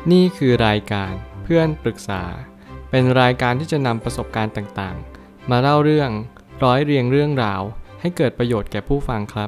นี่คือรายการเพื่อนปรึกษาเป็นรายการที่จะนำประสบการณ์ต่างๆมาเล่าเรื่องร้อยเรียงเรื่องราวให้เกิดประโยชน์แก่ผู้ฟังครับ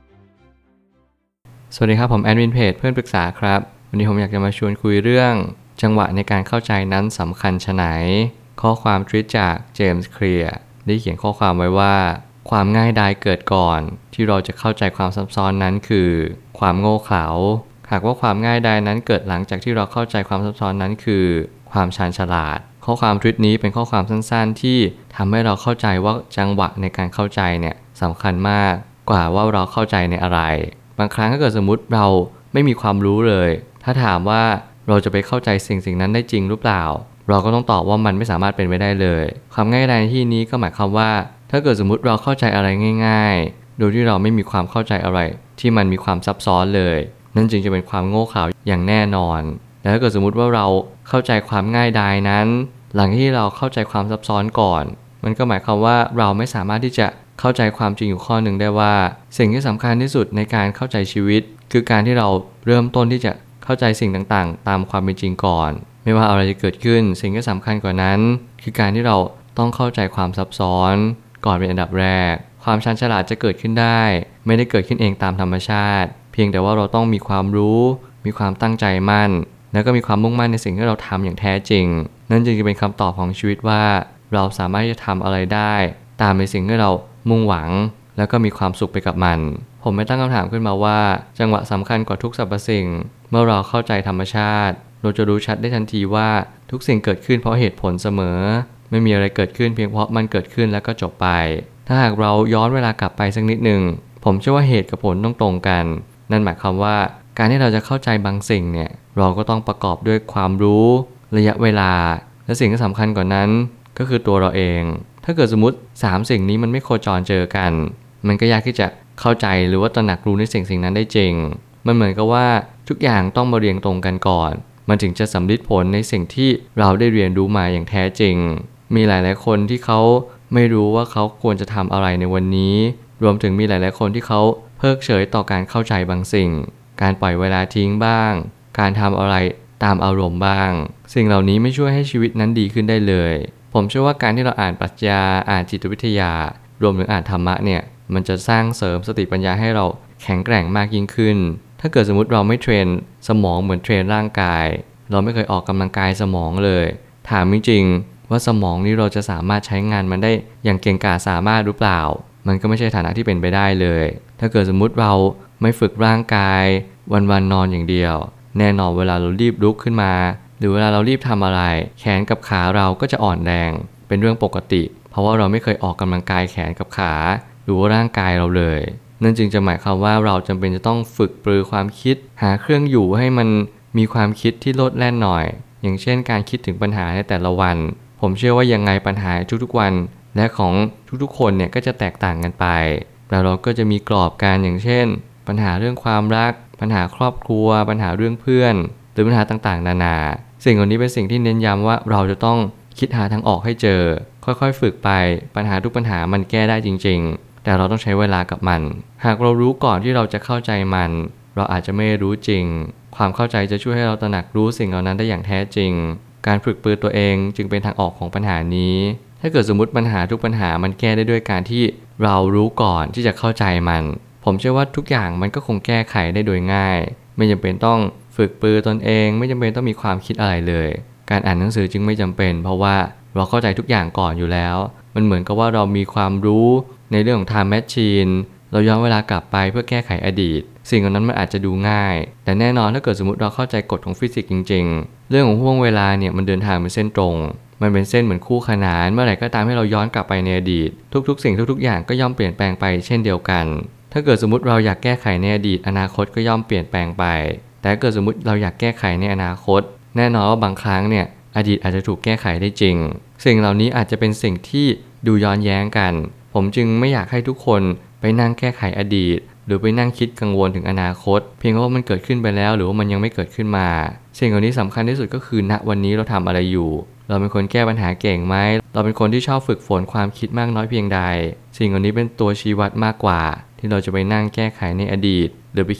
สวัสดีครับผมแอดมินเพจเพื่อนปรึกษาครับวันนี้ผมอยากจะมาชวนคุยเรื่องจังหวะในการเข้าใจนั้นสำคัญไฉนข้อความทวิตจากเจมส์เคลียร์ได้เขียนข้อความไว้ว่าความง่ายดายเกิดก่อนที่เราจะเข้าใจความซับซ้อนนั้นคือความโง่เขลาหากว่าความง่ายดายนั้นเกิดหลังจากที่เราเข้าใจความซับซ้อนนั้นคือความชาญฉลาดข้อความทวิตนี้เป็นข้อความสั้นๆที่ทำให้เราเข้าใจว่าจังหวะในการเข้าใจเนี่ยสำคัญมากกว่าว่าเราเข้าใจในอะไรบางครั้งถ้าเกิดสมมติเราไม่มีความรู้เลยถ้าถามว่าเราจะไปเข้าใจสิ่งนั้นได้จริงหรือเปล่าเราก็ต้องตอบว่ามันไม่สามารถเป็นไปได้เลยความง่ายดายในที่นี้ก็หมายความว่าถ้าเกิดสมมติเราเข้าใจอะไรง่ายๆโดยที่เราไม่มีความเข้าใจอะไรที่มันมีความซับซ้อนเลยนั่นจึงจะเป็นความโง่เขลาอย่างแน่นอนแต่ถ้าเกิดสมมติว่าเราเข้าใจความง่ายดายนั้นหลังที่เราเข้าใจความซับซ้อนก่อนมันก็หมายความว่าเราไม่สามารถที่จะเข้าใจความจริงอยู่ข้อหนึ่งได้ว่าสิ่งที่สำคัญที่สุดในการเข้าใจชีวิตคือการที่เราเริ่มต้นที่จะเข้าใจสิ่งต่างๆตามความเป็นจริงก่อนไม่ว่าอะไรจะเกิดขึ้นสิ่งที่สำคัญกว่านั้นคือการที่เราต้องเข้าใจความซับซ้อนก่อนเป็นอันดับแรกความชาญฉลาดจะเกิดขึ้นได้ไม่ได้เกิดขึ้นเองตามธรรมชาติเพียงแต่ว่าเราต้องมีความรู้มีความตั้งใจมั่นแล้วก็มีความมุ่งมั่นในสิ่งที่เราทำอย่างแท้จริงนั่นจึงจะเป็นคำตอบของชีวิตว่าเราสามารถจะทำอะไรได้ตามในสิ่งที่เรามุ่งหวังแล้วก็มีความสุขไปกับมันผมไม่ตั้งคำถามขึ้นมาว่าจังหวะสำคัญกว่าทุกสรรพสิ่งเมื่อเราเข้าใจธรรมชาติเราจะรู้ชัดได้ทันทีว่าทุกสิ่งเกิดขึ้นเพราะเหตุผลเสมอไม่มีอะไรเกิดขึ้นเพียงเพราะมันเกิดขึ้นแล้วก็จบไปถ้าหากเราย้อนเวลากลับไปสักนิดหนึ่งผมเชื่อว่าเหตุกับผลต้องตรงกันนั่นหมายความว่าการที่เราจะเข้าใจบางสิ่งเนี่ยเราก็ต้องประกอบด้วยความรู้ระยะเวลาและสิ่งที่สำคัญกว่านั้นก็คือตัวเราเองถ้าเกิดสมมติ3สิ่งนี้มันไม่โคจรเจอกันมันก็ยากที่จะเข้าใจหรือว่าตระหนักรู้ในสิ่งนั้นได้จริงมันเหมือนกับว่าทุกอย่างต้องมาเรียงตรงกันก่อนมันถึงจะสำลิดผลในสิ่งที่เราได้เรียนรู้มาอย่างแท้จริงมีหลายๆคนที่เขาไม่รู้ว่าเขาควรจะทำอะไรในวันนี้รวมถึงมีหลายๆคนที่เขาเพิกเฉยต่อการเข้าใจบางสิ่งการปล่อยเวลาทิ้งบ้างการทำอะไรตามอารมณ์บ้างสิ่งเหล่านี้ไม่ช่วยให้ชีวิตนั้นดีขึ้นได้เลยผมเชื่อว่าการที่เราอ่านปรัชญาอ่านจิตวิทยารวมถึงอ่านธรรมะเนี่ยมันจะสร้างเสริมสติปัญญาให้เราแข็งแกร่งมากยิ่งขึ้นถ้าเกิดสมมติเราไม่เทรนสมองเหมือนเทรนร่างกายเราไม่เคยออกกำลังกายสมองเลยถามจริงๆว่าสมองนี้เราจะสามารถใช้งานมันได้อย่างเก่งกาจสามารถหรือเปล่ามันก็ไม่ใช่ฐานะที่เป็นไปได้เลยถ้าเกิดสมมุติเราไม่ฝึกร่างกายวันๆนอนอย่างเดียวแน่นอนเวลาเรารีบลุกขึ้นมาหรือเวลาเรารีบทำอะไรแขนกับขาเราก็จะอ่อนแรงเป็นเรื่องปกติเพราะว่าเราไม่เคยออกกำลังกายแขนกับขาหรือว่าร่างกายเราเลยนั่นจึงจะหมายความว่าเราจำเป็นจะต้องฝึกปรือความคิดหาเครื่องอยู่ให้มันมีความคิดที่โลดแล่นหน่อยอย่างเช่นการคิดถึงปัญหาในแต่ละวันผมเชื่อว่ายังไงปัญหาทุกๆวันและของทุกๆคนเนี่ยก็จะแตกต่างกันไปแต่เราก็จะมีกรอบการอย่างเช่นปัญหาเรื่องความรักปัญหาครอบครัวปัญหาเรื่องเพื่อนหรือปัญหาต่างๆนานาสิ่งเหล่านี้เป็นสิ่งที่เน้นย้ำว่าเราจะต้องคิดหาทางออกให้เจอค่อยๆฝึกไปปัญหาทุกปัญหามันแก้ได้จริงๆแต่เราต้องใช้เวลากับมันหากเรารู้ก่อนที่เราจะเข้าใจมันเราอาจจะไม่รู้จริงความเข้าใจจะช่วยให้เราตระหนักรู้สิ่งเหล่านั้นได้อย่างแท้จริงการฝึกปรือตัวเองจึงเป็นทางออกของปัญหานี้ถ้าเกิดสมมติปัญหาทุกปัญหามันแก้ได้ด้วยการที่เรารู้ก่อนที่จะเข้าใจมันผมเชื่อว่าทุกอย่างมันก็คงแก้ไขได้โดยง่ายไม่จำเป็นต้องฝึกปรือตนเองไม่จำเป็นต้องมีความคิดอะไรเลยการอ่านหนังสือจึงไม่จำเป็นเพราะว่าเราเข้าใจทุกอย่างก่อนอยู่แล้วมันเหมือนกับว่าเรามีความรู้ในเรื่องของ time machine เราย้อนเวลากลับไปเพื่อแก้ไขอดีตสิ่งเหล่านั้นมันอาจจะดูง่ายแต่แน่นอนถ้าเกิดสมมติเราเข้าใจกฎของฟิสิกส์จริงๆเรื่องของห่วงเวลาเนี่ยมันเดินทางเป็นเส้นตรงมันเป็นเส้นเหมือนคู่ขนานเมื่อไหร่ก็ตามให้เราย้อนกลับไปในอดีตทุกๆสิ่งทุกๆอย่างก็ย่อมเปลี่ยนแปลงไปเช่นเดียวกันถ้าเกิดสมมติเราอยากแก้ไขในอดีตอนาคตก็ย่อมเปลี่ยนแปลงไปแต่ถ้าเกิดสมมติเราอยากแก้ไขในอนาคตแน่นอนว่าบางครั้งเนี่ยอดีตอาจจะถูกแก้ไขได้จริงสิ่งเหล่านี้อาจจะเป็นสิ่งที่ดูย้อนแย้งกันผมจึงไม่อยากให้ทุกคนไปนั่งแก้ไขอดีตหรือไปนั่งคิดกังวลถึงอนาคตเพียงเพราะว่ามันเกิดขึ้นไปแล้วหรือว่ามันยังไม่เกิดขึ้นมาสิ่งเหล่านี้สำคัญที่สุดก็คือณวันนี้เราทำอะไรอยู่เราเป็นคนแก้ปัญหาเก่งไหมเราเป็นคนที่ชอบฝึกฝนความคิดมากน้อยเพียงใดสิ่งเหล่านี้เป็นตัวชี้วัดมากกว่าที่เราจะไปนั่งแก้ไขในอดีตหรือไปคิด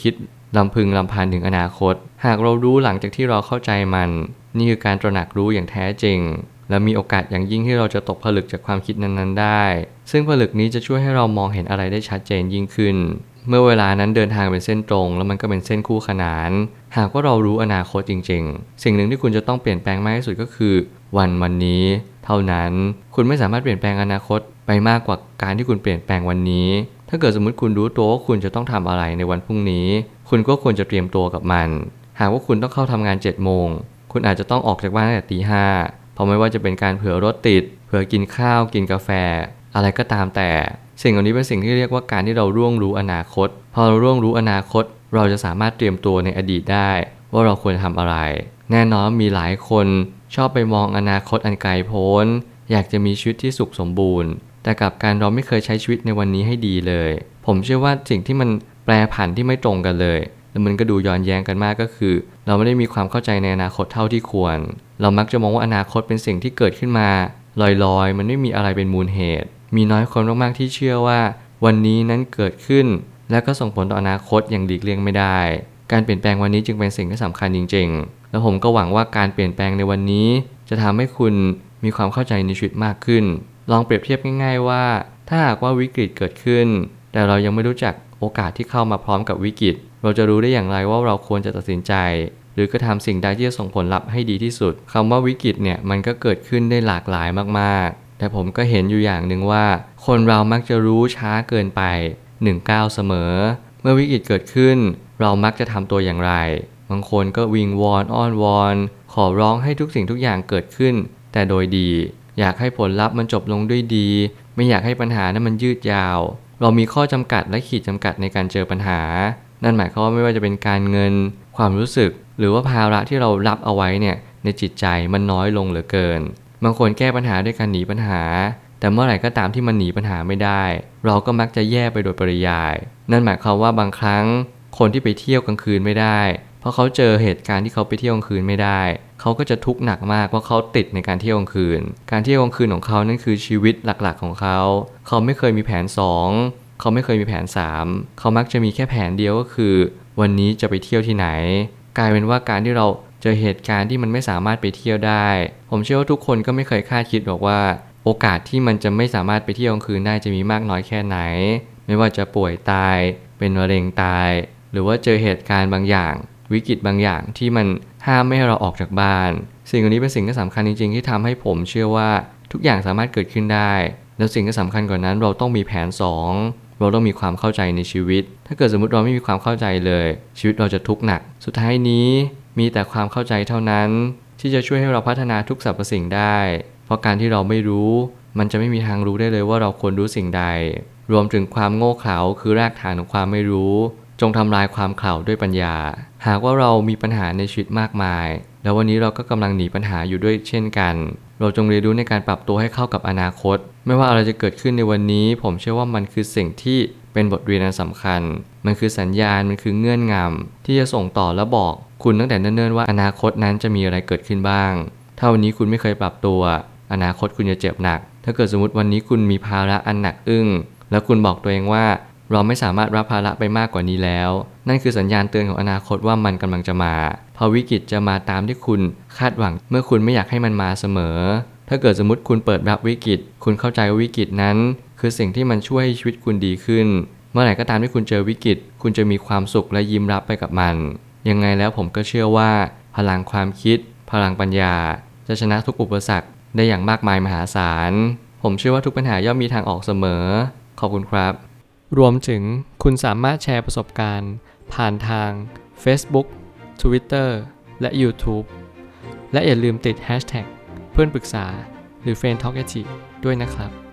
ลำพึงลำพันถึงอนาคตหากเรารู้หลังจากที่เราเข้าใจมันนี่คือการตระหนักรู้อย่างแท้จริงและมีโอกาสอย่างยิ่งที่เราจะตกผลึกจากความคิดนั้นๆได้ซึ่งผลึกนี้จะช่วยให้เรามองเห็นอะไรได้ชัดเจนยิ่งขึ้นเมื่อเวลานั้นเดินทางเป็นเส้นตรงแล้วมันก็เป็นเส้นคู่ขนานหากว่าเรารู้อนาคตจริงๆสิ่งหนึ่งที่คุณจะต้องเปลี่ยนแปลงมากที่สุดก็คือวันนี้เท่านั้นคุณไม่สามารถเปลี่ยนแปลงอนาคตไปมากกว่าการที่คุณเปลี่ยนแปลงวันนี้ถ้าเกิดสมมติคุณรู้ตัวว่าคุณจะต้องทำอะไรในวันพรุ่งนี้คุณก็ควรจะเตรียมตัวกับมันหากว่าคุณต้องเข้าทำงาน7 โมงคุณอาจจะต้องออกจากบ้านตั้งแต่ตี 5เพราะไม่ว่าจะเป็นการเผื่อรถติดเผื่อกินข้าวกินกาแฟอะไรก็ตามแต่สิ่งเหล่านี้เป็นสิ่งที่เรียกว่าการที่เราร่วงรู้อนาคตพอเราร่วงรู้อนาคตเราจะสามารถเตรียมตัวในอดีตได้ว่าเราควรทำอะไรแน่นอนมีหลายคนชอบไปมองอนาคตอันไกลโพ้นอยากจะมีชีวิตที่สุขสมบูรณ์แต่กลับการเราไม่เคยใช้ชีวิตในวันนี้ให้ดีเลยผมเชื่อว่าสิ่งที่มันแปรผันที่ไม่ตรงกันเลยแล้วมันก็ดูย้อนแย้งกันมากก็คือเราไม่ได้มีความเข้าใจในอนาคตเท่าที่ควรเรามักจะมองว่าอนาคตเป็นสิ่งที่เกิดขึ้นมาลอยๆมันไม่มีอะไรเป็นมูลเหตุมีน้อยคนมากๆที่เชื่อว่าวันนี้นั้นเกิดขึ้นและก็ส่งผลต่ออนาคตอย่างหลีกเลี่ยงไม่ได้การเปลี่ยนแปลงวันนี้จึงเป็นสิ่งที่สำคัญจริงๆแล้วผมก็หวังว่าการเปลี่ยนแปลงในวันนี้จะทำให้คุณมีความเข้าใจในชีวิตมากขึ้นลองเปรียบเทียบง่ายๆว่าถ้าหากว่าวิกฤตเกิดขึ้นแต่เรายังไม่รู้จักโอกาสที่เข้ามาพร้อมกับวิกฤตเราจะรู้ได้อย่างไรว่าเราควรจะตัดสินใจหรือกระทำสิ่งใดที่จะส่งผลลัพธ์ให้ดีที่สุดคำว่าวิกฤตเนี่ยมันก็เกิดขึ้นได้หลากหลายมากๆแต่ผมก็เห็นอยู่อย่างหนึ่งว่าคนเรามักจะรู้ช้าเกินไป1 ก้าวเสมอเมื่อวิกฤตเกิดขึ้นเรามักจะทำตัวอย่างไรบางคนก็วิงวอนอ้อนวอนขอร้องให้ทุกสิ่งทุกอย่างเกิดขึ้นแต่โดยดีอยากให้ผลลัพธ์มันจบลงด้วยดีไม่อยากให้ปัญหานั้นมันยืดยาวเรามีข้อจำกัดและขีดจำกัดในการเจอปัญหานั่นหมายความว่าไม่ว่าจะเป็นการเงินความรู้สึกหรือว่าภาระที่เรารับเอาไว้เนี่ยในจิตใจมันน้อยลงเหลือเกินบางคนแก้ปัญหาด้วยการหนีปัญหาแต่เมื่อไหร่ก็ตามที่มันหนีปัญหาไม่ได้เราก็มักจะแย่ไปโดยปริยายนั่นหมายความว่าบางครั้งคนที่ไปเที่ยวกลางคืนไม่ได้เพราะเขาเจอเหตุการณ์ที่เขาไปเที่ยวกลางคืนไม่ได้เขาก็จะทุกข์หนักมากเพราะเขาติดในการเที่ยวกลางคืนการเที่ยวกลางคืนของเขานั่นคือชีวิตหลักๆของเขาเขาไม่เคยมีแผน2เขาไม่เคยมีแผน3เขามักจะมีแค่แผนเดียวก็คือวันนี้จะไปเที่ยวที่ไหนกลายเป็นว่าการที่เราเจอเหตุการณ์ที่มันไม่สามารถไปเที่ยวได้ผมเชื่อว่าทุกคนก็ไม่เคยคาดคิดหรอกว่าโอกาสที่มันจะไม่สามารถไปเที่ยวกลางคืนได้จะมีมากน้อยแค่ไหนไม่ว่าจะป่วยตายเป็นมะเร็งตายหรือว่าเจอเหตุการณ์บางอย่างวิกฤตบางอย่างที่มันห้ามไม่ให้เราออกจากบ้านสิ่งเหล่านี้เป็นสิ่งที่สำคัญจริงๆที่ทำให้ผมเชื่อว่าทุกอย่างสามารถเกิดขึ้นได้แล้วสิ่งที่สำคัญกว่านั้นเราต้องมีแผน2เราต้องมีความเข้าใจในชีวิตถ้าเกิดสมมติเราไม่มีความเข้าใจเลยชีวิตเราจะทุกข์หนักสุดท้ายนี้มีแต่ความเข้าใจเท่านั้นที่จะช่วยให้เราพัฒนาทุกสรรพสิ่งได้เพราะการที่เราไม่รู้มันจะไม่มีทางรู้ได้เลยว่าเราควรรู้สิ่งใดรวมถึงความโง่เขลาคือรากฐานของความไม่รู้จงทำลายความเขลาด้วยปัญญาหากว่าเรามีปัญหาในชีวิตมากมายแล้ววันนี้เราก็กำลังหนีปัญหาอยู่ด้วยเช่นกันเราจงเรียนรู้ในการปรับตัวให้เข้ากับอนาคตไม่ว่าอะไรจะเกิดขึ้นในวันนี้ผมเชื่อว่ามันคือสิ่งที่เป็นบทเรียนอันสำคัญมันคือสัญญาณมันคือเงื่อนงำที่จะส่งต่อและบอกคุณตั้งแต่เนิ่นๆว่าอนาคตนั้นจะมีอะไรเกิดขึ้นบ้างถ้าวันนี้คุณไม่เคยปรับตัวอนาคตคุณจะเจ็บหนักถ้าเกิดสมมติวันนี้คุณมีภาระอันหนักอึ้งแล้วคุณบอกตัวเองว่าเราไม่สามารถรับภาระไปมากกว่านี้แล้วนั่นคือสัญญาณเตือนของอนาคตว่ามันกำลังจะมาพอวิกฤตจะมาตามที่คุณคาดหวังเมื่อคุณไม่อยากให้มันมาเสมอถ้าเกิดสมมติคุณเปิดรับวิกฤตคุณเข้าใจว่าวิกฤตนั้นคือสิ่งที่มันช่วยให้ชีวิตคุณดีขึ้นเมื่อไหร่ก็ตามที่คุณเจอวิกฤตคุณจะมีความสุขและยิ้มรับไปกับมันยังไงแล้วผมก็เชื่อว่าพลังความคิดพลังปัญญาจะชนะทุกอุปสรรคได้อย่างมากมายมหาศาลผมเชื่อว่าทุกปัญหาย่อมมีทางออกเสมอขอบคุณครับรวมถึงคุณสามารถแชร์ประสบการณ์ผ่านทาง Facebook Twitter และ YouTube และอย่าลืมติด Hashtag เพื่อนปรึกษาหรือ Friend Talk ด้วยนะครับ